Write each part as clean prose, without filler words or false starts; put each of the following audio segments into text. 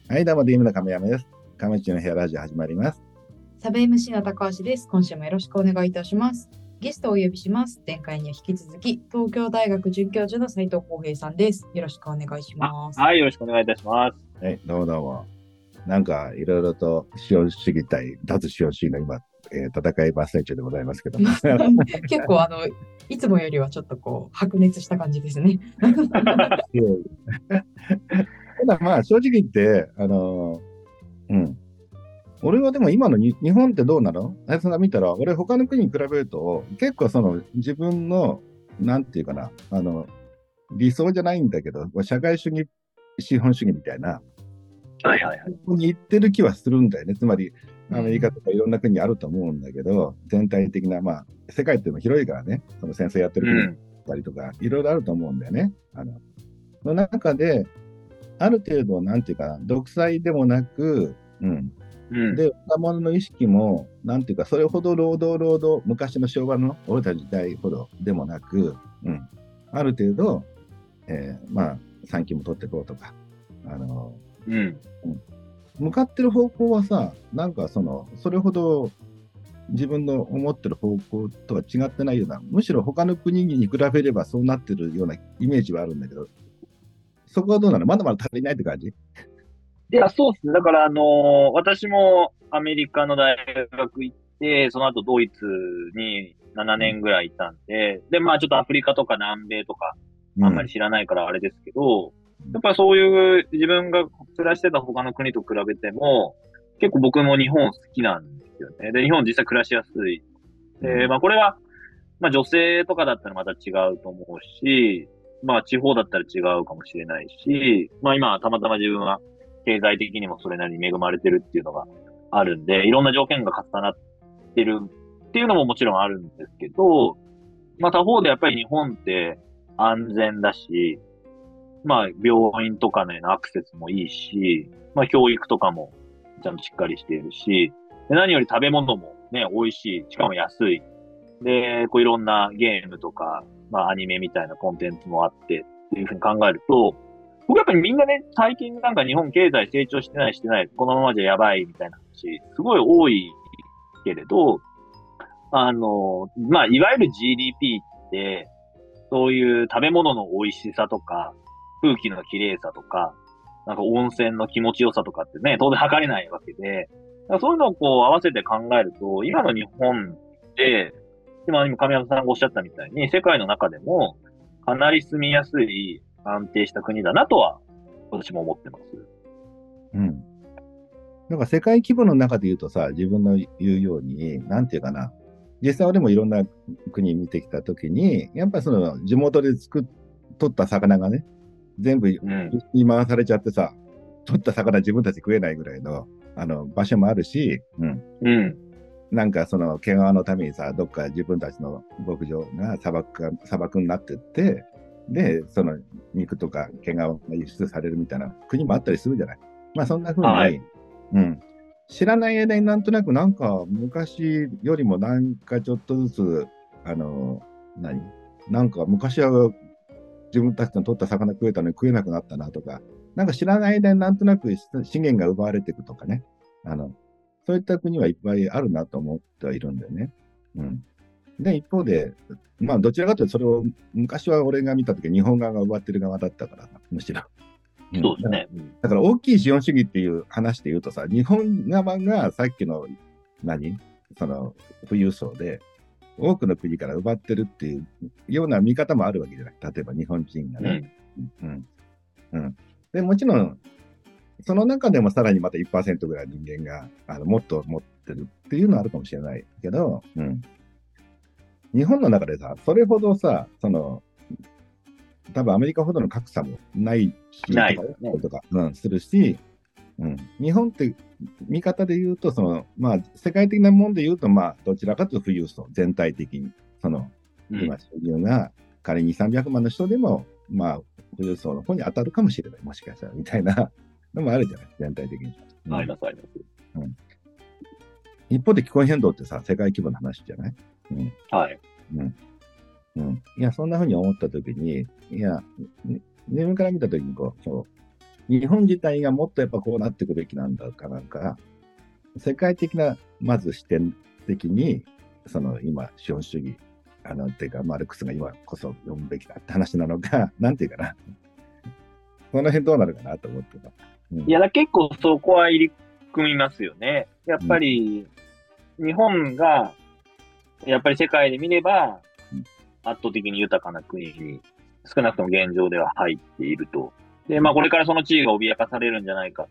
はい、どうも、DM の亀山です。亀内の部屋ラジオ始まります。 サブ MC の高橋です。今週もよろしくお願いいたします。ゲストをお呼びします。前回には引き続き、東京大学准教授の斉藤浩平さんです。よろしくお願いします。 はい、よろしくお願いいたします。 はい、どうもどうも。なんか、いろいろと資本主義対脱資本主義の今、戦い真っ最中でございますけども。 結構いつもよりはちょっと白熱した感じですね。 ただまあ、正直言って、うん。俺はでも今の日本ってどうなのあいつが見たら、俺他の国に比べると、結構その自分の、なんていうかな、理想じゃないんだけど、社会主義、資本主義みたいな、 はいはいはい。 ここに行ってる気はするんだよね。つまり、アメリカうんとかいろんな国あると思うんだけど、全体的な、まあ、世界っていうのは広いからね、その戦争やってる国だったりとか、いろいろあると思うんだよね。その中で、ある程度、なんていうかな、独裁でもなく、で、若者の意識も、なんていうか、それほど労働、昔の昭和の俺たち時代ほどでもなく、ある程度、まあ、産休も取っていこうとか、あの、向かってる方向はさ、なんかそれほど自分の思ってる方向とは違ってないような、むしろ他の国に比べればそうなってるようなイメージはあるんだけど、そこはどうなの？まだまだ足りないって感じ？ いや、そうですね。だから、私もアメリカの大学行って、その後ドイツに7 うん。 年ぐらいいたんで、で、まあちょっとアフリカとか南米とか、あんまりうん。 知らないからあれですけど、やっぱそういう自分が暮らしてた他の国と比べても、結構僕も日本好きなんですよね。で、日本実際暮らしやすい。で、 うん。 まあこれは、まあ女性とかだったらまた違うと思うし、まあ地方だったら違うかもしれないし、まあ今たまたま自分は経済的にもそれなりに恵まれてるっていうのがあるんで、いろんな条件が重なってるっていうのももちろんあるんですけど、まあ他方でやっぱり日本って安全だし、まあ病院とかのアクセスもいいし、まあ教育とかもちゃんとしっかりしているし、で何より食べ物もね、美味しい、しかも安い。で、こういろんなゲームとか、まあアニメみたいなコンテンツもあってっていうふうに考えると、僕やっぱりみんなね、最近なんか日本経済成長してない、このままじゃやばいみたいな話、すごい多いけれど、まあいわゆる GDP って、そういう食べ物の美味しさとか、空気の綺麗さとか、なんか温泉の気持ちよさとかってね、当然測れないわけで、だからそういうのをこう合わせて考えると、今の日本って、今亀山さんがおっしゃったみたいに、世界の中でもかなり住みやすい安定した国だなとは、私も思ってます。 うん。だから世界規模の中で言うとさ、自分の言うように、なんていうかな、実際俺もいろんな国見てきたときに、やっぱりその地元で取った魚がね、全部うん。 言い回されちゃってさ、取った魚自分たち食えないぐらいの、場所もあるし、 うん。 なんかその毛皮のためにさ、どっか自分たちの牧場が砂漠になってって、で、その肉とか毛皮が輸出されるみたいな国もあったりするじゃない。まあそんな風に、 はい。 うん。知らない間になんとなくなんか昔よりもなんかちょっとずつ、あの、何なんか昔は自分たちの取った魚食えたのに食えなくなったなとか、なんか知らない間になんとなく資源が奪われていくとかね。あの、そういった国はいっぱいあるなと思ってはいるんだよね。うん。で、一方で、まあ、どちらかというと、それを、昔は俺が見たとき、日本側が奪ってる側だったから、むしろ。うん。 そうですね。うん。 だから大きい資本主義っていう話で言うとさ、日本側がさっきの、何その、富裕層で、多くの国から奪ってるっていうような見方もあるわけじゃない。例えば日本人がね。 うん。 うん。うん。で、もちろん、その中でもさらにまた1%ぐらい人間がもっと持ってるっていうのはあるかもしれないけど、日本の中でさ、それほどさ、多分アメリカほどの格差もないし、 なとか、 いですね。 とか、するし、日本って見方で言うと、まあ、世界的なもんで言うと、まあ、どちらかというと富裕層、全体的に、今、 うん。 収入が仮に300万の人でも、まあ、富裕層の方に当たるかもしれない、もしかしたら、みたいなのもあるじゃない、全体的に。うん。 あります、あります。 うん。一方で気候変動ってさ、世界規模の話じゃない？うん。 はい。 うん。うん。いや、そんな風に思ったときに、いや、自分から見たときに、 日本自体がもっとやっぱこうなっていくべきなんだかなんか、世界的な、まず視点的に、その今、資本主義、っていうか、マルクスが今こそ読むべきだって話なのか、なんていうかな。この辺どうなるかなと思ってた。 いや、結構そこは入り組みますよね。やっぱり、日本が、やっぱり世界で見れば、圧倒的に豊かな国に、少なくとも現状では入っていると。で、これからその地位が脅かされるんじゃないかって、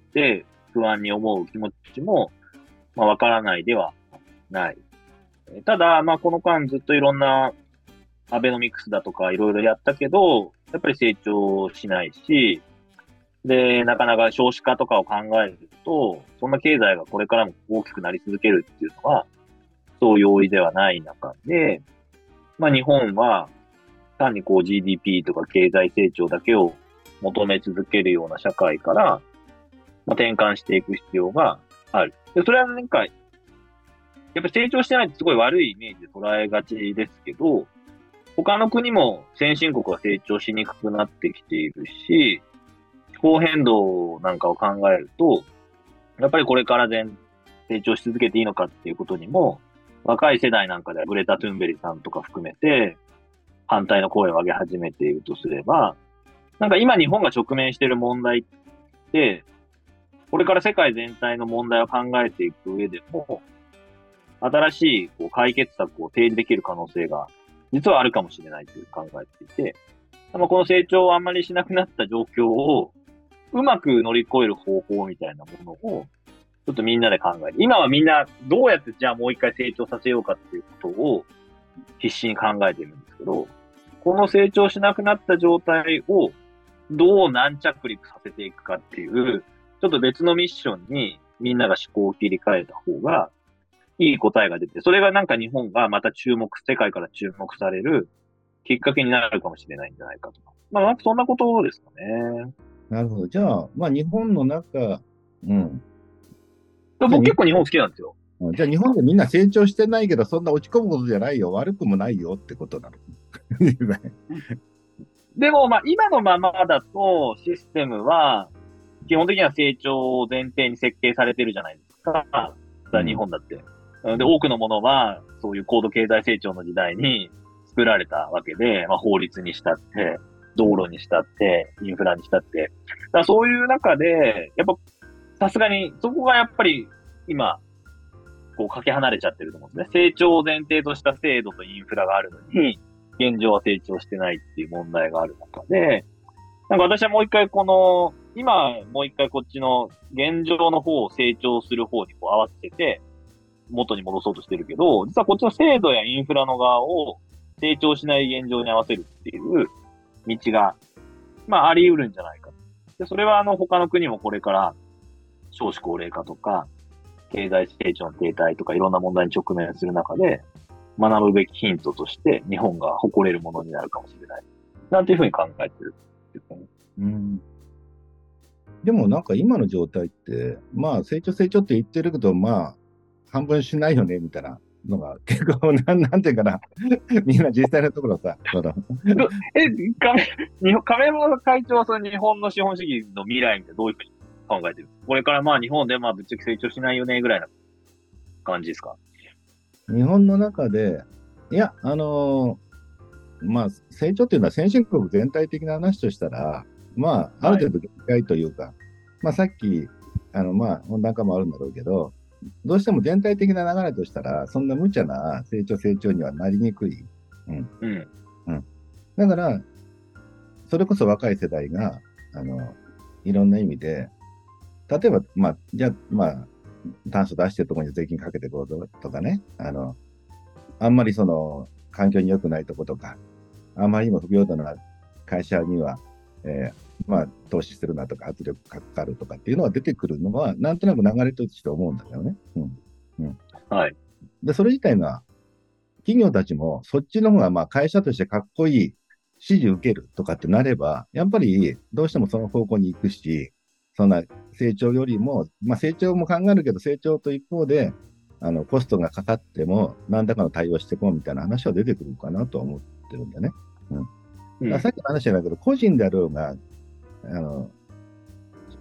不安に思う気持ちも、わからないではない。ただ、この間ずっといろんなアベノミクスだとかいろいろやったけど、やっぱり成長しないし、で、なかなか少子化とかを考えると、そんな経済がこれからも大きくなり続けるっていうのは、そう容易ではない中で、日本は単にGDP とか経済成長だけを求め続けるような社会から、転換していく必要がある。で、それはやっぱり成長してないってすごい悪いイメージで捉えがちですけど、他の国も先進国は成長しにくくなってきているし、気候変動なんかを考えると、やっぱりこれから成長し続けていいのかっていうことにも、若い世代なんかではグレタ・トゥンベリさんとか含めて、反対の声を上げ始めているとすれば、今日本が直面している問題って、これから世界全体の問題を考えていく上でも、新しい解決策を提示できる可能性が実はあるかもしれないという考えていて、この成長をあんまりしなくなった状況をうまく乗り越える方法みたいなものをちょっとみんなで考える。今はみんなどうやってじゃあもう一回成長させようかっていうことを必死に考えているんですけど、この成長しなくなった状態をどう軟着陸させていくかっていう、ちょっと別のミッションにみんなが思考を切り替えた方がいい答えが出て、それが日本がまた世界から注目されるきっかけになるかもしれないんじゃないかとか。そんなことですかね。 なるほど。じゃあ、日本の中、 僕結構日本好きなんですよ。 じゃあ日本でみんな成長してないけど、そんな落ち込むことじゃないよ。悪くもないよってことなの。 でも、今のままだと、システムは、基本的には成長を前提に設計されてるじゃないですか。日本だって。で、多くのものは、そういう高度経済成長の時代に作られたわけで、法律にしたって、道路にしたって、インフラにしたって。だからそういう中で、やっぱ、さすがに、そこがやっぱり、今、かけ離れちゃってると思うんですね。成長を前提とした制度とインフラがあるのに、現状は成長してないっていう問題がある中で、私はもう一回今もう一回こっちの現状の方を成長する方に合わせて元に戻そうとしてるけど、実はこっちの制度やインフラの側を成長しない現状に合わせるっていう道が、あり得るんじゃないか。で、それは他の国もこれから少子高齢化とか、経済成長の停滞とかいろんな問題に直面する中で、学ぶべきヒントとして日本が誇れるものになるかもしれない。なんていうふうに考えてる。 でも今の状態って、成長って言ってるけど、半分しないよね、みたいなのが結構、なんていうかな、みんな実際のところさ、 亀山会長はその日本の資本主義の未来ってどういうふうに考えてる？これから日本でぶっちゃけ成長しないよね、ぐらいな感じですか？ 日本の中で、いや、成長っていうのは先進国全体的な話としたら、ある程度限界というか、さっき、温暖化もあるんだろうけど、どうしても全体的な流れとしたら、そんな無茶な成長にはなりにくい。だから、それこそ若い世代が、いろんな意味で、例えば、炭素出してるところに税金かけていこうとかね、あんまり環境に良くないとことか、あんまりにも不平等な会社には、投資するなとか圧力かかるとかっていうのが出てくるのは、なんとなく流れとして思うんだけどね。 はい。 で、それ自体が、企業たちもそっちの方が会社としてかっこいい、支持受けるとかってなれば、やっぱりどうしてもその方向に行くし、そんな成長よりも、成長も考えるけど、成長と一方で、コストがかかっても、何らかの対応していこうみたいな話は出てくるかなとは思ってるんだね。さっきの話じゃないけど、個人であろうが、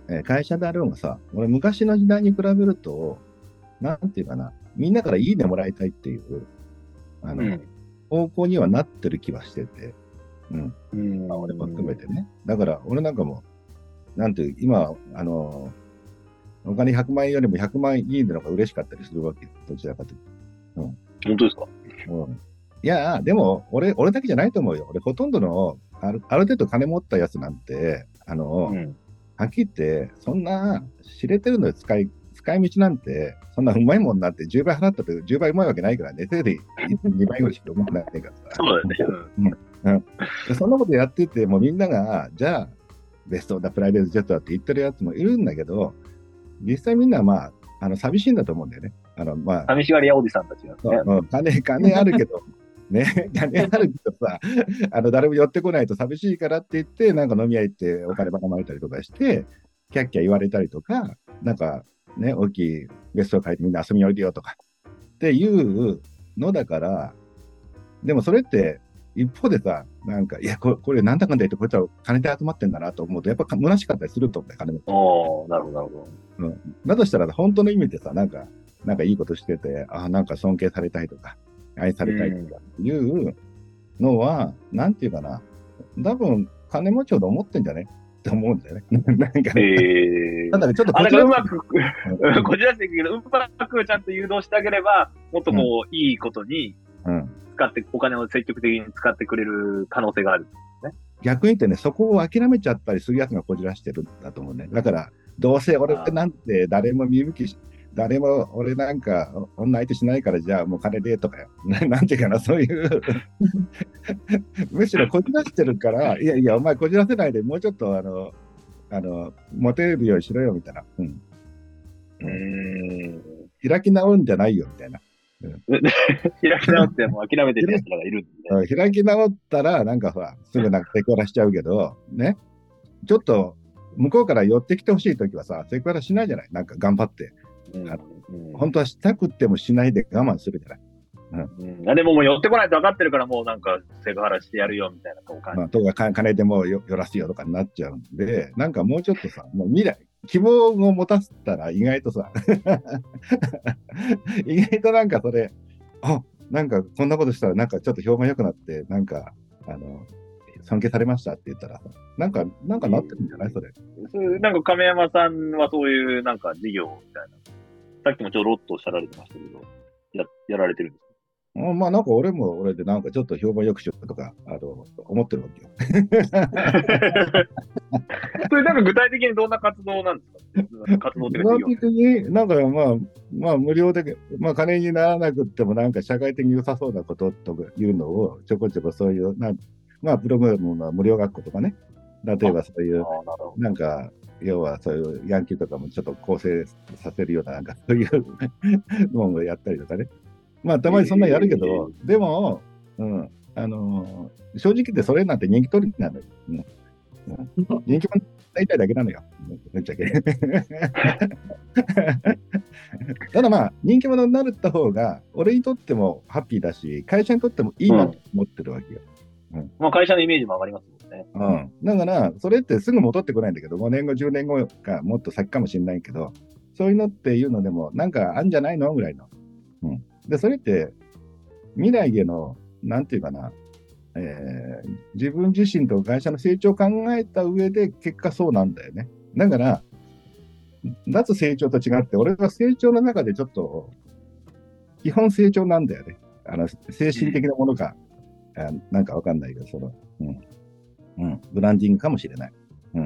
会社であろうがさ、俺昔の時代に比べると、なんていうかな、みんなからいいねもらいたいっていう、方向にはなってる気はしてて、俺も含めてね。だから、俺なんかも、なんていう、今、お金100万円よりも100万いいねの方が嬉しかったりするわけ。どちらかというと。 本当ですか？ いや、でも、俺だけじゃないと思うよ。俺、ほとんどの、ある程度金持ったやつなんて、はっきり言って、そんな、知れてるのよ、使い道なんて、そんなうまいもんなんて10倍払ったって10倍うまいわけないからね、せいぜい2倍ぐらいしかうまくないからさ。 そうだよね。 そんなことやってて、もうみんなが、じゃあ、ベストだ、プライベートジェットだって言ってるやつもいるんだけど、実際みんなはまあ、寂しいんだと思うんだよね。 寂しがり屋おじさんたちがね。金あるけど、ね、金あるけどさ、誰も寄ってこないと寂しいからって言って、なんか飲み屋行ってお金ばかまれたりとかして、キャッキャ言われたりとか、なんかね、大きい別荘借りてみんな遊びにおいでよとかっていうのだから、でもそれって一方でさ、なんか、いや、これなんだかんだ言ってこいつは金で集まってんだなと思うと、やっぱ虚しかったりすると思うんだよ、金持ち。 なるほど、なるほど。 だとしたら、本当の意味でさ、なんかいいことしてて、なんか尊敬されたいとか、愛されたいとかいうのは、なんていうかな、多分、金持ちほど思ってんじゃねって思うんだよね。なんか、ただね、ちょっとうまく、こじらせていくけど、うまくちゃんと誘導してあげれば、もっとこう、いいことに、お金を積極的に使ってくれる可能性がある、ね。 逆に言ってね、そこを諦めちゃったりするやつがこじらしてるんだと思うね。だから、どうせ俺なんて誰も見向きし、誰も俺なんか女相手しないからじゃあもう金でとかなんていうかな、そういうむしろこじらしてるから、いやいや、お前こじらせないでもうちょっとモテるようにしろよみたいな。開き直るんじゃないよみたいな。 開き直ってもう諦めてる奴らがいるんで。開き直ったら、なんかさ、すぐなんかセクハラしちゃうけど、ね。ちょっと、向こうから寄ってきてほしいときはさ、セクハラしないじゃない。なんか頑張って。本当はしたくってもしないで我慢するじゃない。 でももう寄ってこないと分かってるから、もうなんかセクハラしてやるよみたいな感じ。 とか金でも寄らすよとかになっちゃうんで、なんかもうちょっとさ、もう未来、希望を持たせたら意外とさ、意外となんかそれ、なんかこんなことしたらなんかちょっと評判良くなって、なんか、尊敬されましたって言ったら、なんかなってるんじゃないそれ。 なんか亀山さんはそういうなんか事業みたいな。さっきもちょろっとおっしゃられてましたけど、やられてるんですか？ まあなんか俺でなんかちょっと評判良くしようとか、思ってるわけよ。 それなんか具体的にどんな活動なんですか？活動っていうか具体的になんかまあ無料で、まあ金にならなくってもなんか社会的に良さそうなことというのをちょこちょこそういうまあプログラムの無料学校とかね、例えばそういうなんか要はそういうヤンキーとかもちょっと構成させるようななんかそういうのをやったりとかね。まあたまにそんなやるけど、でも、正直言ってそれなんて人気取りなのよ。人気者になりたいだけなのよ。ぶっちゃけ。ただまあ、人気者になった方が、俺にとってもハッピーだし、会社にとってもいいなと思ってるわけよ。 まあ会社のイメージも上がりますもんね。 だから、それってすぐ戻ってこないんだけど、5年後、10年後か、もっと先かもしれないけど、そういうのっていうのでも、なんかあんじゃないのぐらいの。で、それって、未来への、なんていうかな、自分自身と会社の成長を考えた上で結果そうなんだよね。だから、脱成長と違って、俺は成長の中でちょっと、基本成長なんだよね。精神的なものか、なんかわかんないけど、ブランディングかもしれない。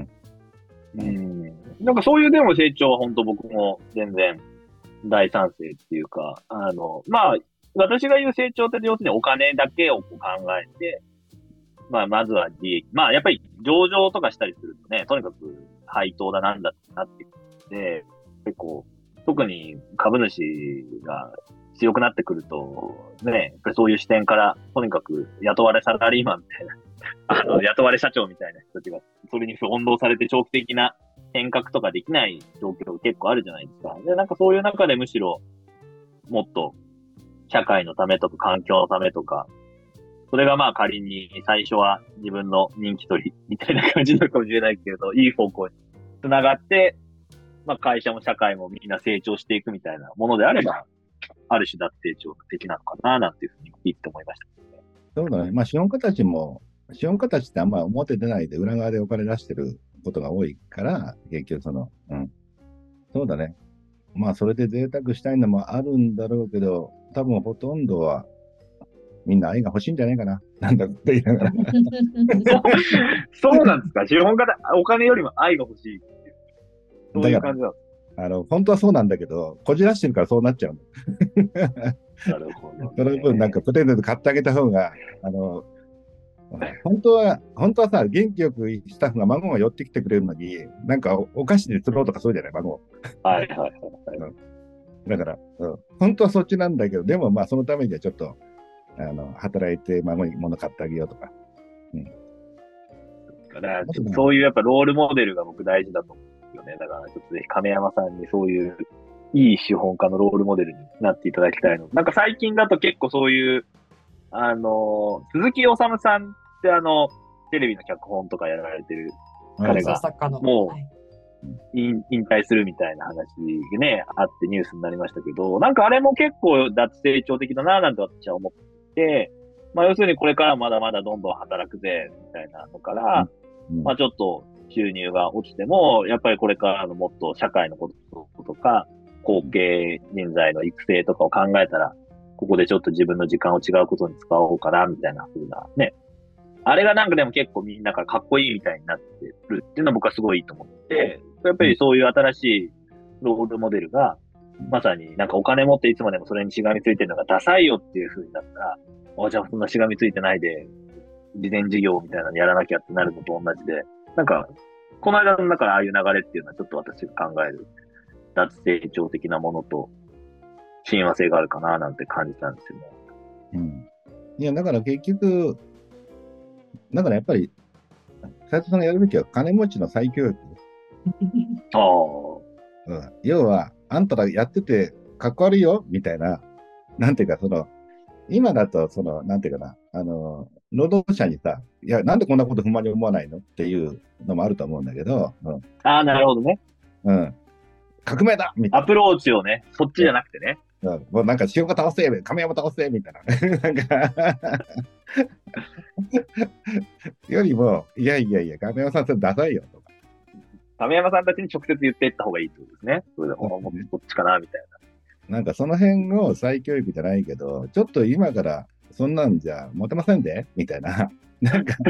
なんかそういうでも成長は本当僕も全然大賛成っていうか、まあ、私が言う成長って要するにお金だけを考えて、まあ、まずは利益。まあ、やっぱり上場とかしたりするとね、とにかく配当だなんだってなってきて、結構、特に株主が強くなってくると、ね、やっぱりそういう視点から、とにかく雇われサラリーマンみたいな、雇われ社長みたいな人たちが、それに翻弄されて長期的な変革とかできない状況が結構あるじゃないですか。で、なんかそういう中でむしろ、もっと、社会のためとか環境のためとか、それがまあ仮に最初は自分の人気取りみたいな感じなのかもしれないけれど、いい方向につながって、まあ会社も社会もみんな成長していくみたいなものであれば、ある種脱成長的なのかな、なんていうふうに言って思いました。 そうだね。まあ資本家たちも、資本家たちってあんま表出ないで裏側でお金出してることが多いから、結局そうだね。まあそれで贅沢したいのもあるんだろうけど、多分ほとんどはみんな愛が欲しいんじゃないかな。なんだって言いながら。 そうなんですか。資本家だ、お金よりも愛が欲しいっていう。そういう感じなんです本当はそうなんだけど、こじらしてるからそうなっちゃうの。 なるほど、ね。 その分なんかプレゼント買ってあげた方が、本当はさ、元気よくスタッフが孫が寄ってきてくれるのに、なんかお菓子で釣ろうとかそうじゃない、孫。 はいはいはい、 だから、本当はそっちなんだけど、でもまあそのためにはちょっと、働いて孫に物買ってあげようとか。 だからそういうやっぱロールモデルが僕大事だと思うんですよね。だからちょっとぜひ亀山さんにそういういい資本家のロールモデルになっていただきたいの。なんか最近だと結構そういう、鈴木おさむさんってテレビの脚本とかやられてる彼が、もう、引退するみたいな話がね、あってニュースになりましたけど、なんかあれも結構脱成長的だななんて私は思って、まあ要するにこれからまだまだどんどん働くぜ、みたいなのから、まあちょっと収入が落ちても、やっぱりこれからのもっと社会のこととか、後継人材の育成とかを考えたら、ここでちょっと自分の時間を違うことに使おうかな、みたいな風なね。あれがなんかでも結構みんなからかっこいいみたいになってるっていうのは僕はすごいいいと思って、やっぱりそういう新しいロールモデルが、まさになんかお金持っていつまでもそれにしがみついてるのがダサいよっていう風になったら、じゃあそんなしがみついてないで、事前事業みたいなのやらなきゃってなるのと同じで、なんか、この間の中でああいう流れっていうのはちょっと私が考える脱成長的なものと親和性があるかななんて感じたんですよね。 いや、だから結局、だからやっぱり、斉藤さんがやるべきは金持ちの再教育。要は、あんたらやっててかっこ悪いよみたいな、なんていうか、今だと、なんていうかな、労働者にさ、いや、なんでこんなこと不満に思わないのっていうのもあると思うんだけど、 なるほどね。 革命だみたいな。 アプローチをね、そっちじゃなくてね。 もうなんか、塩が倒せ、亀山倒せ、みたいな。なんかよりも、いや、亀山さんそれダサいよとか。 亀山さんたちに直接言っていった方がいいってことですね。それでも、こっちかな、みたいな。なんかその辺を再教育じゃないけど、ちょっと今からそんなんじゃ持てませんでみたいな。なんか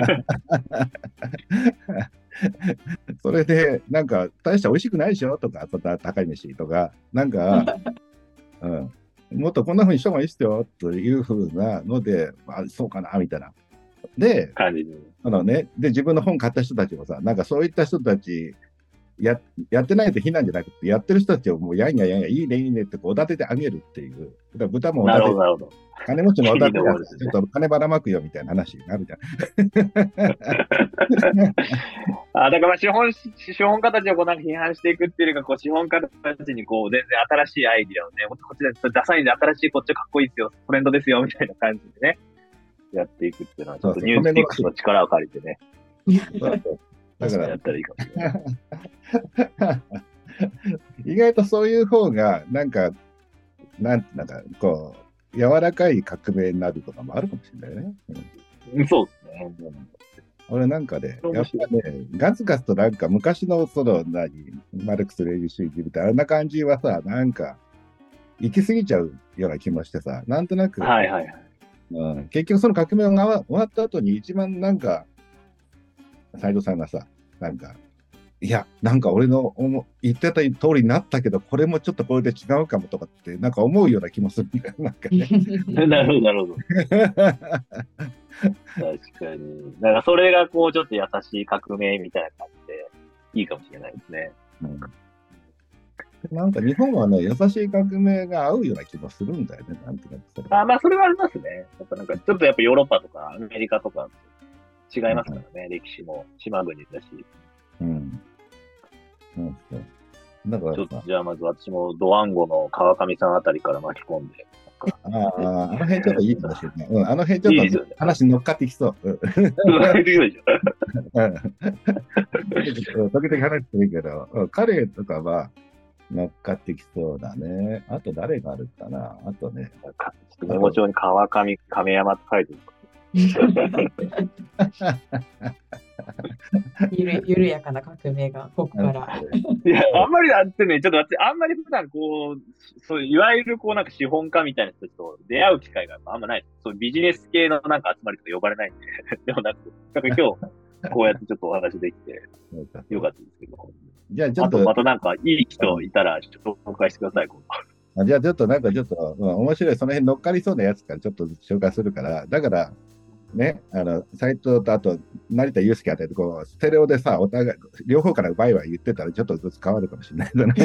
それで、なんか、大した美味しくないでしょとか、高い飯とか、なんか、もっとこんな風にした方がいいっすよという風なので、そうかなみたいな。で、で、自分の本買った人たちもさ、なんかそういった人たち、やってないと非難じゃなくて、やってる人たちをもうやんやいいねいいねっておだててあげるっていう。だから豚もおだてて、金持ちもおだてて、ちょっと金ばらまくよみたいな話になるじゃん。 だから資本家たちをこうなんか批判していくっていうか、こう資本家たちにこう全然新しいアイディアをね、こっちでダサいんで新しいこっちかっこいいですよ、トレンドですよみたいな感じでね、やっていくっていうのはちょっとニュースピックスの力を借りてね。だからやったらいいかもしれない。 意外とそういう方がなんかこう柔らかい革命になるとかもあるかもしれないね。そうですね。 俺なんかで、やっぱね、ガツガツとなんか昔のマルクス・レーニン主義みたいな感じはさ、なんか行き過ぎちゃうような気もしてさ、なんとなく、結局その革命が終わった後に一番なんか、斉藤さんがさ、なんか、いや、なんか俺の言ってた通りになったけど、これもちょっとこれで違うかもとかって、なんか思うような気もするんだよ、なんかね。 なるほど、なるほど。確かに。だからそれがこう、ちょっと優しい革命みたいな感じで、いいかもしれないですね。 なんか日本はね、優しい革命が合うような気もするんだよね、なんていうか。まあ、それはありますね。やっぱなんか、ちょっとやっぱヨーロッパとかアメリカとか違いますからね、歴史も島国だし。 だからちょっとじゃあまず私もドワンゴの川上さんあたりから巻き込んで、 あの辺ちょっといいかもしれない。うん、あの辺ちょっといいですよね。 話乗っかってきそう。うん時々話してるけど、彼とかは乗っかってきそうだね。あと誰があるかな。あとね。 メモ帳に川上、亀山って書いてる。 緩やかな革命がここからいや、あんまりだってね、ちょっと私、あんまり普段こう、そういう、いわゆるこうなんか資本家みたいな人と出会う機会があんまない。そういうビジネス系のなんか集まりとか呼ばれないんで。でもなんか今日、こうやってちょっとお話できてよかったですけど。 じゃあちょっと、 またなんかいい人いたら、ちょっと紹介してください、今度。 じゃあちょっと面白い、その辺乗っかりそうなやつからちょっと紹介するから、だから、ね、斎藤とあと成田悠介あたりでこうステレオでさ、お互い両方からバイバイ言ってたらちょっとずつ変わるかもしれないね。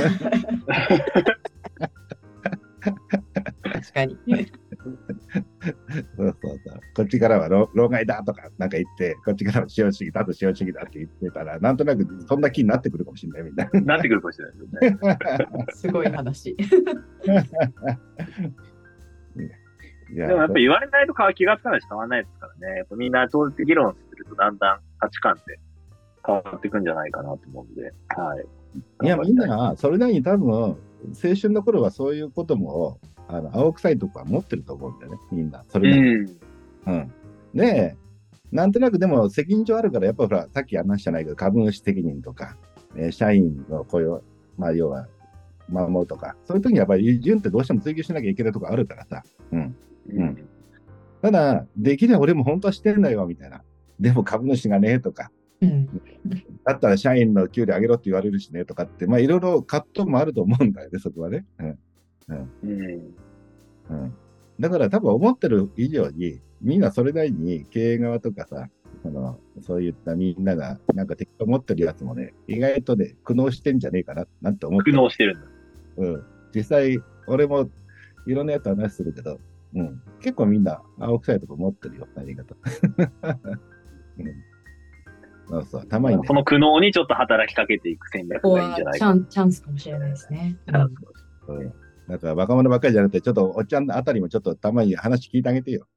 確かに。 そう。こっちからは老害だとかなんか言って、こっちからは資本主義だと資本主義だって言ってたら、なんとなくそんな気になってくるかもしれないみたいなってくるかもしれないですね。 すごい話。 でもやっぱり言われないと気がつかないし変わらないですからね。やっぱみんなそうやって議論するとだんだん価値観って変わっていくんじゃないかなと思うんで。はい。 いや、みんな、それなりに多分、青春の頃はそういうことも、青臭いとこは持ってると思うんだよね、みんな。それなりに。で、なんとなくでも責任上あるから、やっぱほら、さっき話したないけど、株主責任とか、社員の雇用、要は、守るとか、そういう時にやっぱり、順ってどうしても追求しなきゃいけないとこあるからさ。ただ、できれば俺も本当はしてんだよ、みたいな。でも株主がね、とか。だったら社員の給料上げろって言われるしね、とかって、いろいろ葛藤もあると思うんだよね、そこはね。だから多分思ってる以上に、みんなそれなりに経営側とかさ、そういったみんながなんか適当持ってるやつもね、意外とね、苦悩してんじゃねえかな、なんて思ってる。苦悩してるんだ。 実際、俺もいろんなやつ話するけど、結構みんな青臭いとこ持ってるよ、何かと。そう、たまに、ね。 その苦悩にちょっと働きかけていく戦略がいいんじゃないか。 チャンスかもしれないですね。 だから若者ばっかりじゃなくて、ちょっとおっちゃんあたりもちょっとたまに話聞いてあげてよ。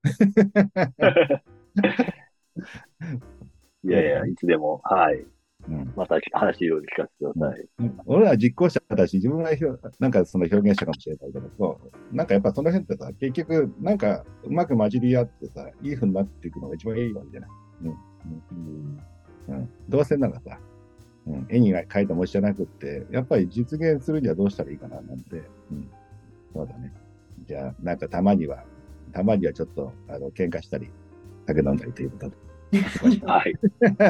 いやいや、いつでも、はい。また話を聞かせてください。 俺ら実行者だし、自分がなんかその表現者かもしれないけど、なんかやっぱその辺ってさ、結局、なんかうまく混じり合ってさ、いい風になっていくのが一番いいわけじゃない。どうせならさ、絵に描いた文字じゃなくって、やっぱり実現するにはどうしたらいいかななんて、そうだね。じゃあ、なんかたまにはちょっと喧嘩したり、酒飲んだりということで。 はい。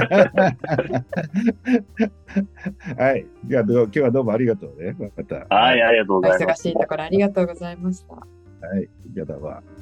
はい。じゃあ、今日はどうもありがとうね。また。 はい、ありがとうございます。 お忙しいところありがとうございました。 はい。じゃあ、どうも。